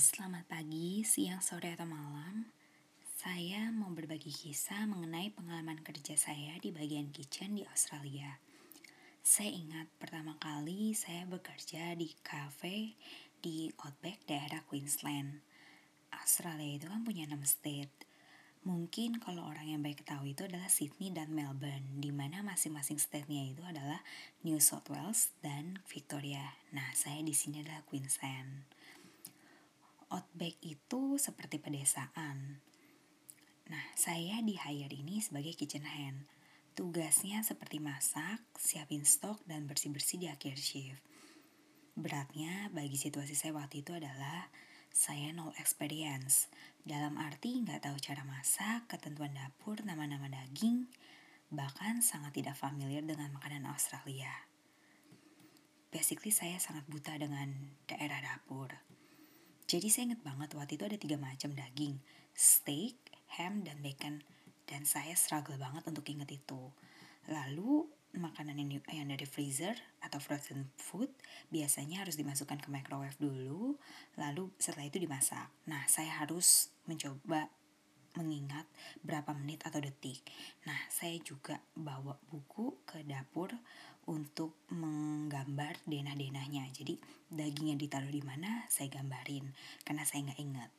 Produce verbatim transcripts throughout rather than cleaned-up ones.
Selamat pagi, siang, sore, atau malam. Saya mau berbagi kisah mengenai pengalaman kerja saya di bagian kitchen di Australia. Saya ingat pertama kali saya bekerja di cafe di Outback daerah Queensland. Australia itu kan punya enam state. Mungkin kalau orang yang baik tahu itu adalah Sydney dan Melbourne, di mana masing-masing state-nya itu adalah New South Wales dan Victoria. Nah, saya di sini adalah Queensland. Outback itu seperti pedesaan. Nah, saya di hire ini sebagai kitchen hand. Tugasnya seperti masak, siapin stok, dan bersih-bersih di akhir shift. Beratnya bagi situasi saya waktu itu adalah saya nol experience. Dalam arti nggak tahu cara masak, ketentuan dapur, nama-nama daging, bahkan sangat tidak familiar dengan makanan Australia. Basically saya sangat buta dengan daerah dapur. Jadi saya inget banget waktu itu ada tiga macam daging, steak, ham, dan bacon. Dan saya struggle banget untuk inget itu. Lalu makanan yang, yang dari freezer atau frozen food biasanya harus dimasukkan ke microwave dulu, lalu setelah itu dimasak. Nah, saya harus mencoba mengingat berapa menit atau detik. Nah, saya juga bawa buku ke dapur untuk menggambar denah-denahnya. Jadi dagingnya ditaruh di mana saya gambarin karena saya nggak ingat.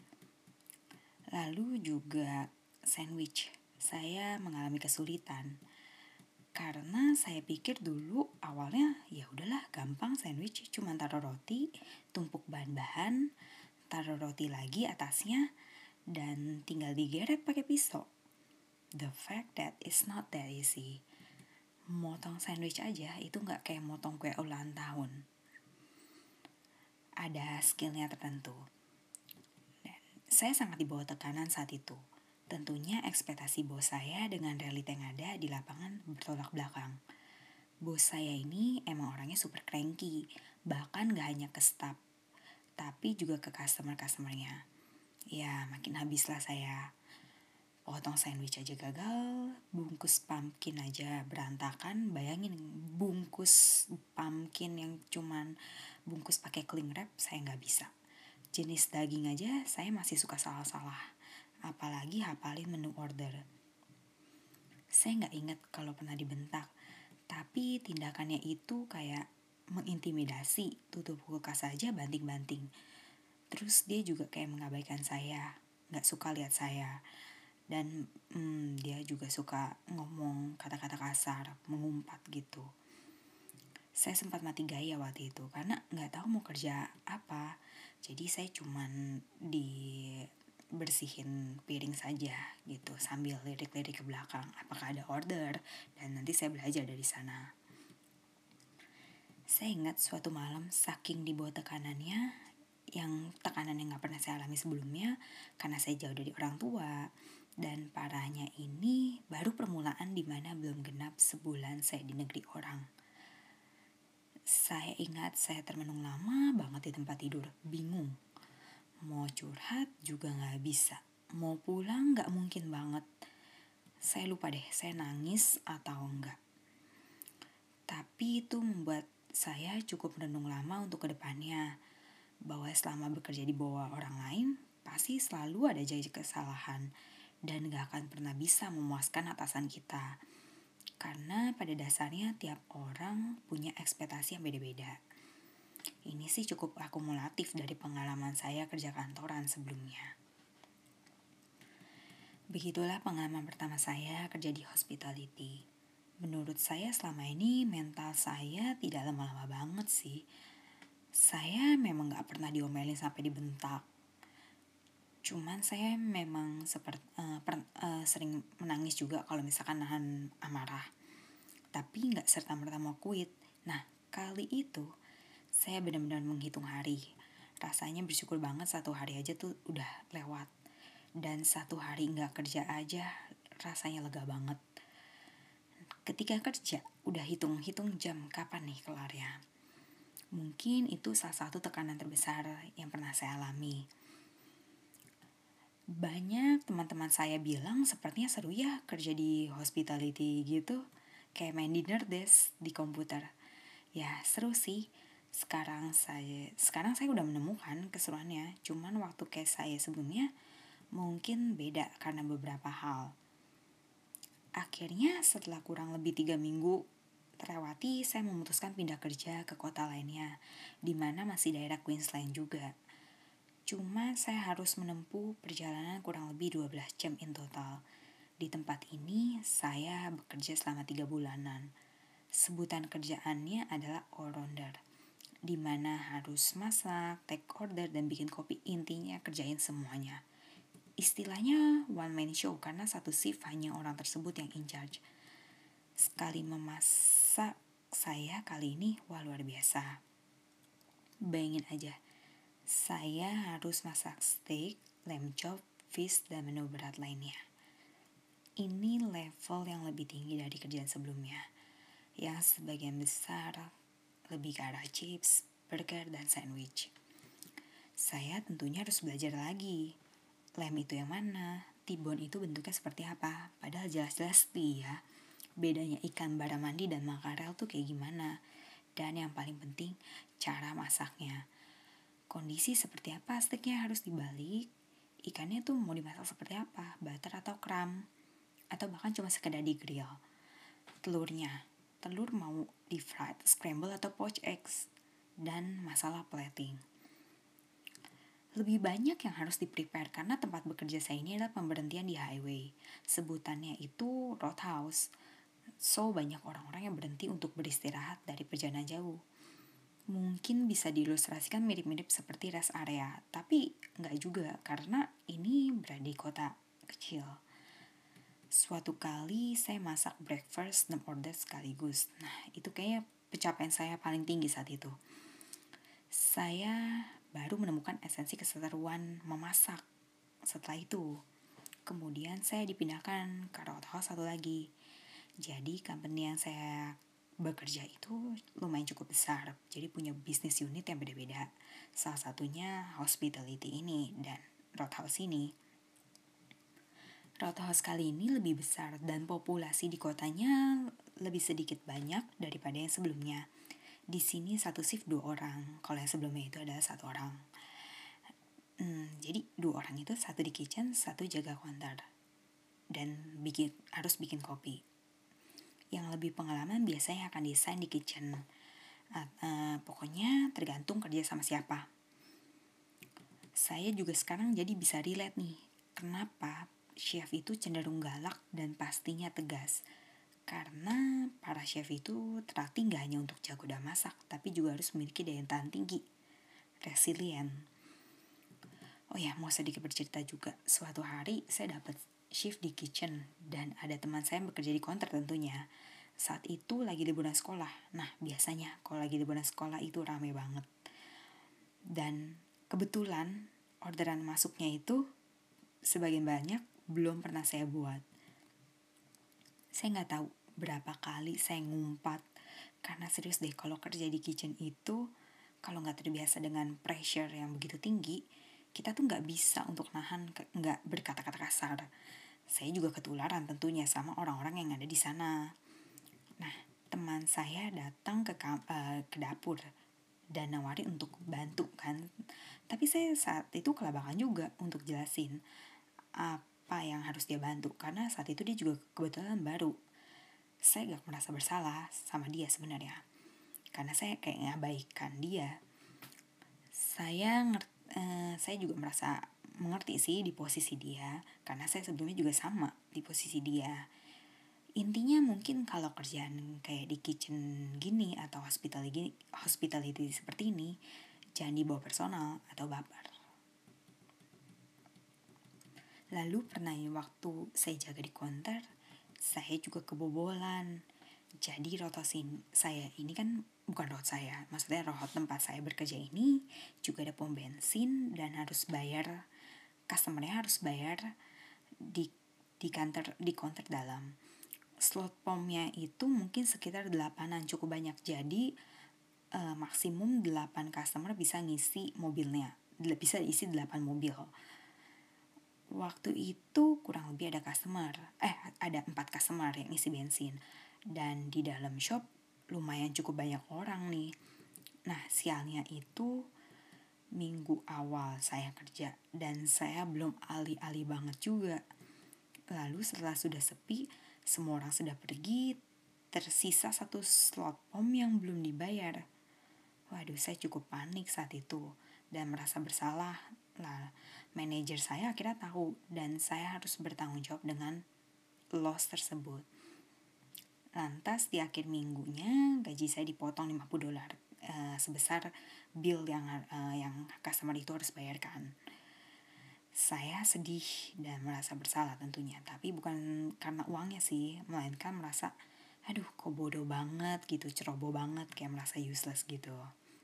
Lalu juga sandwich. Saya mengalami kesulitan karena saya pikir dulu awalnya ya udahlah gampang sandwich, cuma taruh roti, tumpuk bahan-bahan, taruh roti lagi atasnya, dan tinggal digeret pakai pisau. The fact that it's not that easy. Motong sandwich aja itu gak kayak motong kue ulang tahun. Ada skillnya tertentu. Dan saya sangat dibawa tekanan saat itu. Tentunya ekspektasi bos saya dengan realita yang ada di lapangan bertolak belakang. Bos saya ini emang orangnya super cranky. Bahkan gak hanya ke staff, tapi juga ke customer-customernya. Ya makin habislah saya. Potong sandwich aja gagal, bungkus pumpkin aja berantakan. Bayangin bungkus pumpkin yang cuman bungkus pakai cling wrap saya nggak bisa. Jenis daging aja saya masih suka salah-salah, apalagi hafalin menu order. Saya nggak ingat kalau pernah dibentak, tapi tindakannya itu kayak mengintimidasi. Tutup kulkas aja banting-banting. Terus dia juga kayak mengabaikan saya, nggak suka lihat saya. Dan hmm, dia juga suka ngomong kata-kata kasar, mengumpat gitu. Saya sempat mati gaya waktu itu karena nggak tahu mau kerja apa. Jadi saya cuman dibersihin piring saja gitu sambil lirik-lirik ke belakang. Apakah ada order? Dan nanti saya belajar dari sana. Saya ingat suatu malam saking dibawa tekanannya, yang tekanan yang gak pernah saya alami sebelumnya karena saya jauh dari orang tua. Dan parahnya ini baru permulaan dimana belum genap sebulan saya di negeri orang. Saya ingat saya termenung lama banget di tempat tidur, bingung. Mau curhat juga gak bisa, mau pulang gak mungkin banget. Saya lupa deh saya nangis atau enggak. Tapi itu membuat saya cukup merenung lama untuk kedepannya. Bahwa selama bekerja di bawah orang lain, pasti selalu ada janji kesalahan. Dan gak akan pernah bisa memuaskan atasan kita. Karena pada dasarnya tiap orang punya ekspektasi yang beda-beda. Ini sih cukup akumulatif dari pengalaman saya kerja kantoran sebelumnya. Begitulah pengalaman pertama saya kerja di hospitality. Menurut saya selama ini mental saya tidak lama-lama banget sih. Saya memang gak pernah diomelin sampai dibentak. Cuman saya memang seperti uh, per, uh, sering menangis juga kalau misalkan nahan amarah. Tapi gak serta-merta mau quit. Nah, kali itu saya benar-benar menghitung hari. Rasanya bersyukur banget satu hari aja tuh udah lewat. Dan satu hari gak kerja aja rasanya lega banget. Ketika kerja udah hitung-hitung jam kapan nih kelarnya. Mungkin itu salah satu tekanan terbesar yang pernah saya alami. Banyak teman-teman saya bilang sepertinya seru ya kerja di hospitality gitu. Kayak main dinner desk di komputer. Ya seru sih, Sekarang saya sekarang saya udah menemukan keseruannya, cuman waktu case saya sebelumnya mungkin beda karena beberapa hal. Akhirnya setelah kurang lebih tiga minggu terlewati, saya memutuskan pindah kerja ke kota lainnya, di mana masih daerah Queensland juga. Cuma saya harus menempuh perjalanan kurang lebih dua belas jam in total. Di tempat ini, saya bekerja selama tiga bulanan. Sebutan kerjaannya adalah all-rounder, di mana harus masak, take order, dan bikin kopi. Intinya kerjain semuanya. Istilahnya one man show karena satu shift hanya orang tersebut yang in charge. Sekali memasak saya kali ini wah luar biasa. Bayangin aja, saya harus masak steak, lamb chop, fish, dan menu berat lainnya. Ini level yang lebih tinggi dari kerjaan sebelumnya, yang sebagian besar lebih ke arah chips, burger, dan sandwich. Saya tentunya harus belajar lagi. Lem itu yang mana? Tibon itu bentuknya seperti apa? Padahal jelas-jelas ya. Bedanya ikan baramandi dan makarel tuh kayak gimana? Dan yang paling penting, cara masaknya. Kondisi seperti apa steaknya harus dibalik? Ikannya tuh mau dimasak seperti apa? Butter atau kram? Atau bahkan cuma sekedar di grill? Telurnya. Telur mau di fried, scramble, atau poached eggs? Dan masalah plating. Lebih banyak yang harus di-prepare karena tempat bekerja saya ini adalah pemberhentian di highway. Sebutannya itu roadhouse. So, banyak orang-orang yang berhenti untuk beristirahat dari perjalanan jauh. Mungkin bisa diilustrasikan mirip-mirip seperti rest area, tapi nggak juga karena ini berada di kota kecil. Suatu kali saya masak breakfast enam order sekaligus. Nah, itu kayaknya pencapaian saya paling tinggi saat itu. Saya baru menemukan esensi keseruan memasak. Setelah itu, kemudian saya dipindahkan ke roadhouse satu lagi. Jadi company yang saya bekerja itu lumayan cukup besar. Jadi punya bisnis unit yang beda-beda. Salah satunya hospitality ini dan roadhouse ini. Roadhouse kali ini lebih besar dan populasi di kotanya lebih sedikit banyak daripada yang sebelumnya. Di sini satu shift dua orang, kalau yang sebelumnya itu adalah satu orang. Hmm, jadi dua orang itu satu di kitchen, satu jaga counter dan bikin harus bikin kopi. Yang lebih pengalaman biasanya akan desain di kitchen. Uh, uh, pokoknya tergantung kerja sama siapa. Saya juga sekarang jadi bisa relate nih, kenapa chef itu cenderung galak dan pastinya tegas. Karena para chef itu terlatih gak hanya untuk jago dan masak, tapi juga harus memiliki daya tahan tinggi, resilient. Oh ya, mau sedikit bercerita juga. Suatu hari saya dapat shift di kitchen dan ada teman saya yang bekerja di counter tentunya. Saat itu lagi liburan sekolah. Nah, biasanya kalau lagi liburan sekolah itu rame banget. Dan kebetulan orderan masuknya itu sebagian banyak belum pernah saya buat. Saya gak tahu berapa kali saya ngumpat. Karena serius deh, kalau kerja di kitchen itu, kalau gak terbiasa dengan pressure yang begitu tinggi, kita tuh gak bisa untuk nahan, gak berkata-kata kasar. Saya juga ketularan tentunya sama orang-orang yang ada di sana. Nah, teman saya datang ke, uh, ke dapur dan nawari untuk bantu kan. Tapi saya saat itu kelabakan juga untuk jelasin apa yang harus dia bantu, karena saat itu dia juga kebetulan baru. Saya gak merasa bersalah sama dia sebenarnya, karena saya kayak ngabaikan dia. Saya ngerti, eh, saya juga merasa mengerti sih di posisi dia, karena saya sebelumnya juga sama di posisi dia. Intinya mungkin kalau kerjaan kayak di kitchen gini atau hospitality, hospitality seperti ini, jangan dibawa personal atau baper. Lalu pernah waktu saya jaga di counter, saya juga kebobolan. Jadi rotasi saya ini kan bukan rot saya, maksudnya rot tempat saya bekerja ini juga ada pom bensin dan harus bayar, customernya harus bayar di di counter di counter dalam. Slot pomnya itu mungkin sekitar delapanan, cukup banyak. Jadi uh, maksimum delapan customer bisa ngisi mobilnya, bisa isi delapan mobil. Waktu itu kurang lebih ada customer, eh ada empat customer yang isi bensin. Dan di dalam shop lumayan cukup banyak orang nih. Nah, sialnya itu minggu awal saya kerja dan saya belum alih-alih banget juga. Lalu setelah sudah sepi, semua orang sudah pergi, tersisa satu slot pom yang belum dibayar. Waduh, saya cukup panik saat itu dan merasa bersalah. Lah, manajer saya akhirnya tahu dan saya harus bertanggung jawab dengan loss tersebut. Lantas di akhir minggunya gaji saya dipotong lima puluh dolar uh, sebesar bill yang uh, yang customer itu harus bayarkan. Saya sedih dan merasa bersalah tentunya, tapi bukan karena uangnya sih, melainkan merasa aduh kok bodoh banget gitu, ceroboh banget, kayak merasa useless gitu.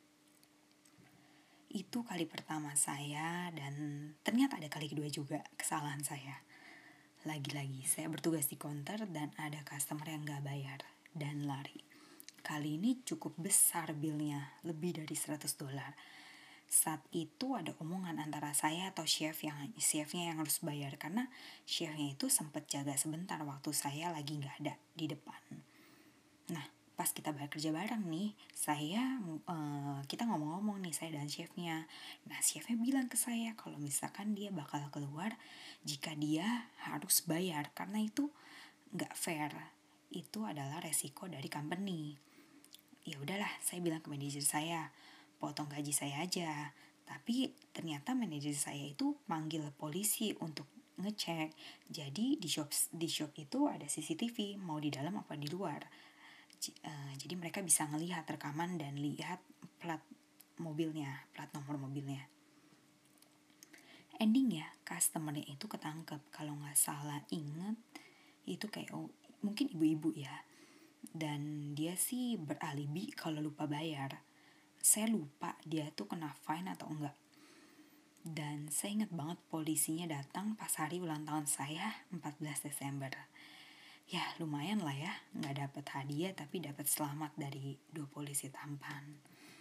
Itu kali pertama saya dan ternyata ada kali kedua juga kesalahan saya. Lagi-lagi saya bertugas di counter dan ada customer yang gak bayar dan lari. Kali ini cukup besar billnya, lebih dari seratus dolar. Saat itu ada omongan antara saya atau chef yang chefnya yang harus bayar karena chefnya itu sempat jaga sebentar waktu saya lagi gak ada di depan. Nah, pas kita kerja bareng nih, saya uh, kita ngomong-ngomong nih saya dan chefnya. Nah, chefnya bilang ke saya kalau misalkan dia bakal keluar jika dia harus bayar karena itu nggak fair. Itu adalah resiko dari company. Ya udahlah, saya bilang ke manajer saya, potong gaji saya aja. Tapi ternyata manajer saya itu manggil polisi untuk ngecek. Jadi di shop di shop itu ada C C T V, mau di dalam apa di luar. Uh, jadi mereka bisa ngelihat rekaman dan lihat plat mobilnya, plat nomor mobilnya. Endingnya customernya itu ketangkep, kalau nggak salah inget itu kayak oh, mungkin ibu-ibu ya, dan dia sih beralibi kalau lupa bayar. Saya lupa dia tuh kena fine atau enggak. Dan saya ingat banget polisinya datang pas hari ulang tahun saya empat belas Desember. Ya lumayan lah ya, gak dapet hadiah tapi dapat selamat dari dua polisi tampan.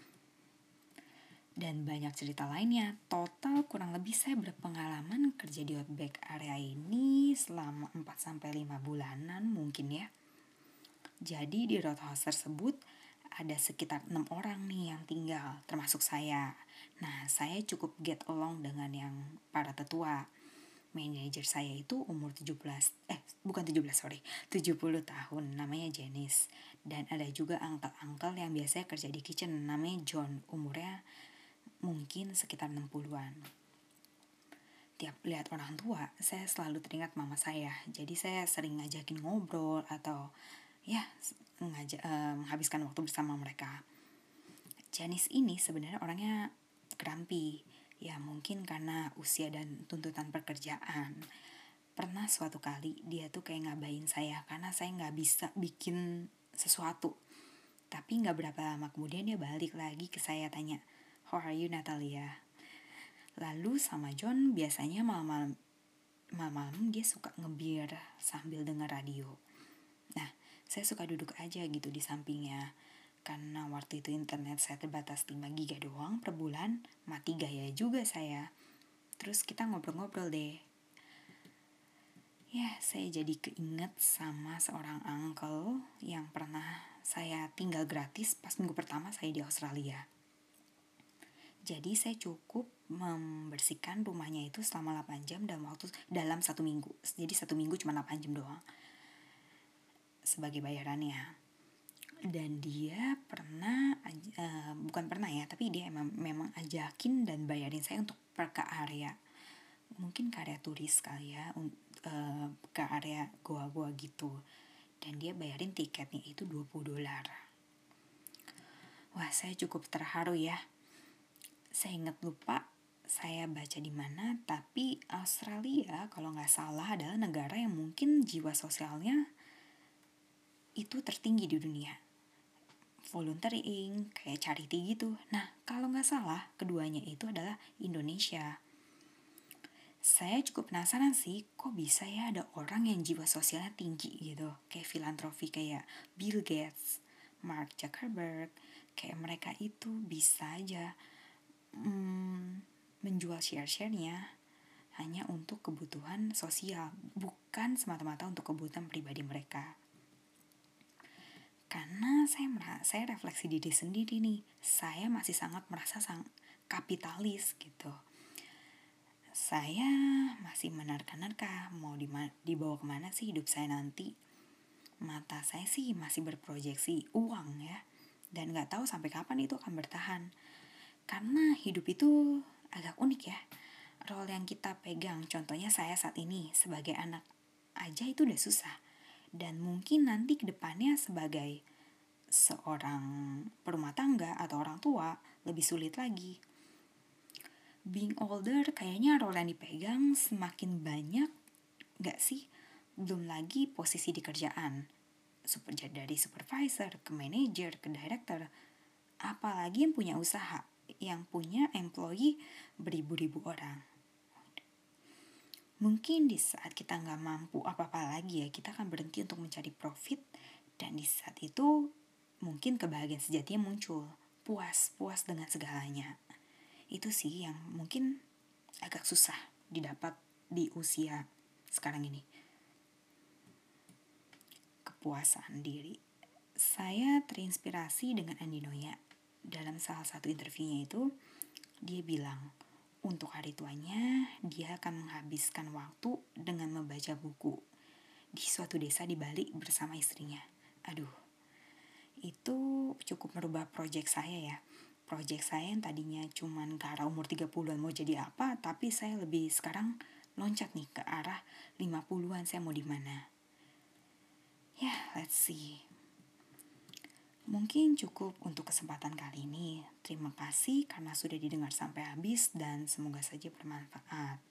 Dan banyak cerita lainnya. Total kurang lebih saya berpengalaman kerja di Outback area ini selama empat sampai lima bulanan mungkin ya. Jadi di Roadhouse tersebut ada sekitar enam orang nih yang tinggal, termasuk saya. Nah, saya cukup get along dengan yang para tetua. Manajer saya itu umur tujuh belas, eh bukan tujuh belas sorry, tujuh puluh tahun, namanya Janice. Dan ada juga uncle-uncle yang biasanya kerja di kitchen, namanya John, umurnya mungkin sekitar enam puluhan. Tiap lihat orang tua, saya selalu teringat mama saya. Jadi saya sering ngajakin ngobrol atau ya ngajak, uh, menghabiskan waktu bersama mereka. Janice ini sebenarnya orangnya grumpy. Ya mungkin karena usia dan tuntutan pekerjaan. Pernah suatu kali dia tuh kayak ngabain saya karena saya gak bisa bikin sesuatu. Tapi gak berapa lama kemudian dia balik lagi ke saya tanya, "How are you Natalia?" Lalu sama John biasanya malam-malam malam-malam dia suka ngebir sambil denger radio. Nah, saya suka duduk aja gitu di sampingnya. Karena waktu itu internet saya terbatas lima giga doang per bulan, mati gaya juga saya. Terus kita ngobrol-ngobrol deh. Ya, saya jadi keinget sama seorang uncle yang pernah saya tinggal gratis pas minggu pertama saya di Australia. Jadi saya cukup membersihkan rumahnya itu selama delapan jam dalam waktu dalam satu minggu. Jadi satu minggu cuma delapan jam doang sebagai bayarannya. Dan dia pernah uh, bukan pernah ya, tapi dia emang memang ajakin dan bayarin saya untuk per ke area, mungkin ke area turis kali ya, uh, ke area goa-goa gitu. Dan dia bayarin tiketnya itu dua puluh dolar. Wah, saya cukup terharu ya. Saya ingat lupa saya baca di mana, tapi Australia kalau nggak salah adalah negara yang mungkin jiwa sosialnya itu tertinggi di dunia. Volunteering, kayak charity gitu. Nah, kalau nggak salah, keduanya itu adalah Indonesia. Saya cukup penasaran sih, kok bisa ya ada orang yang jiwa sosialnya tinggi gitu. Kayak filantropi kayak Bill Gates, Mark Zuckerberg. Kayak mereka itu bisa aja hmm, menjual share-share-nya hanya untuk kebutuhan sosial, bukan semata-mata untuk kebutuhan pribadi mereka. Karena saya merasa, saya refleksi diri sendiri nih, saya masih sangat merasa sang kapitalis gitu. Saya masih menerka-nerka mau dibawa kemana sih hidup saya nanti. Mata saya sih masih berproyeksi uang ya, dan gak tahu sampai kapan itu akan bertahan. Karena hidup itu agak unik ya. Role yang kita pegang, contohnya saya saat ini sebagai anak aja itu udah susah. Dan mungkin nanti ke depannya sebagai seorang perumah tangga atau orang tua lebih sulit lagi. Being older kayaknya role yang dipegang semakin banyak gak sih? Belum lagi posisi di kerjaan. Super, dari supervisor ke manager ke director. Apalagi yang punya usaha, yang punya employee beribu-ribu orang. Mungkin di saat kita gak mampu apa-apa lagi ya, kita akan berhenti untuk mencari profit. Dan di saat itu mungkin kebahagiaan sejatinya muncul. Puas, puas dengan segalanya. Itu sih yang mungkin agak susah didapat di usia sekarang ini. Kepuasan diri. Saya terinspirasi dengan Andi Noya. Dalam salah satu interviewnya itu, dia bilang, untuk hari tuanya, dia akan menghabiskan waktu dengan membaca buku di suatu desa di Bali bersama istrinya. Aduh, itu cukup merubah proyek saya ya. Proyek saya yang tadinya cuman ke arah umur tiga puluhan mau jadi apa, tapi saya lebih sekarang loncat nih ke arah lima puluhan, saya mau di mana. Ya, let's see. Mungkin cukup untuk kesempatan kali ini. Terima kasih karena sudah didengar sampai habis dan semoga saja bermanfaat.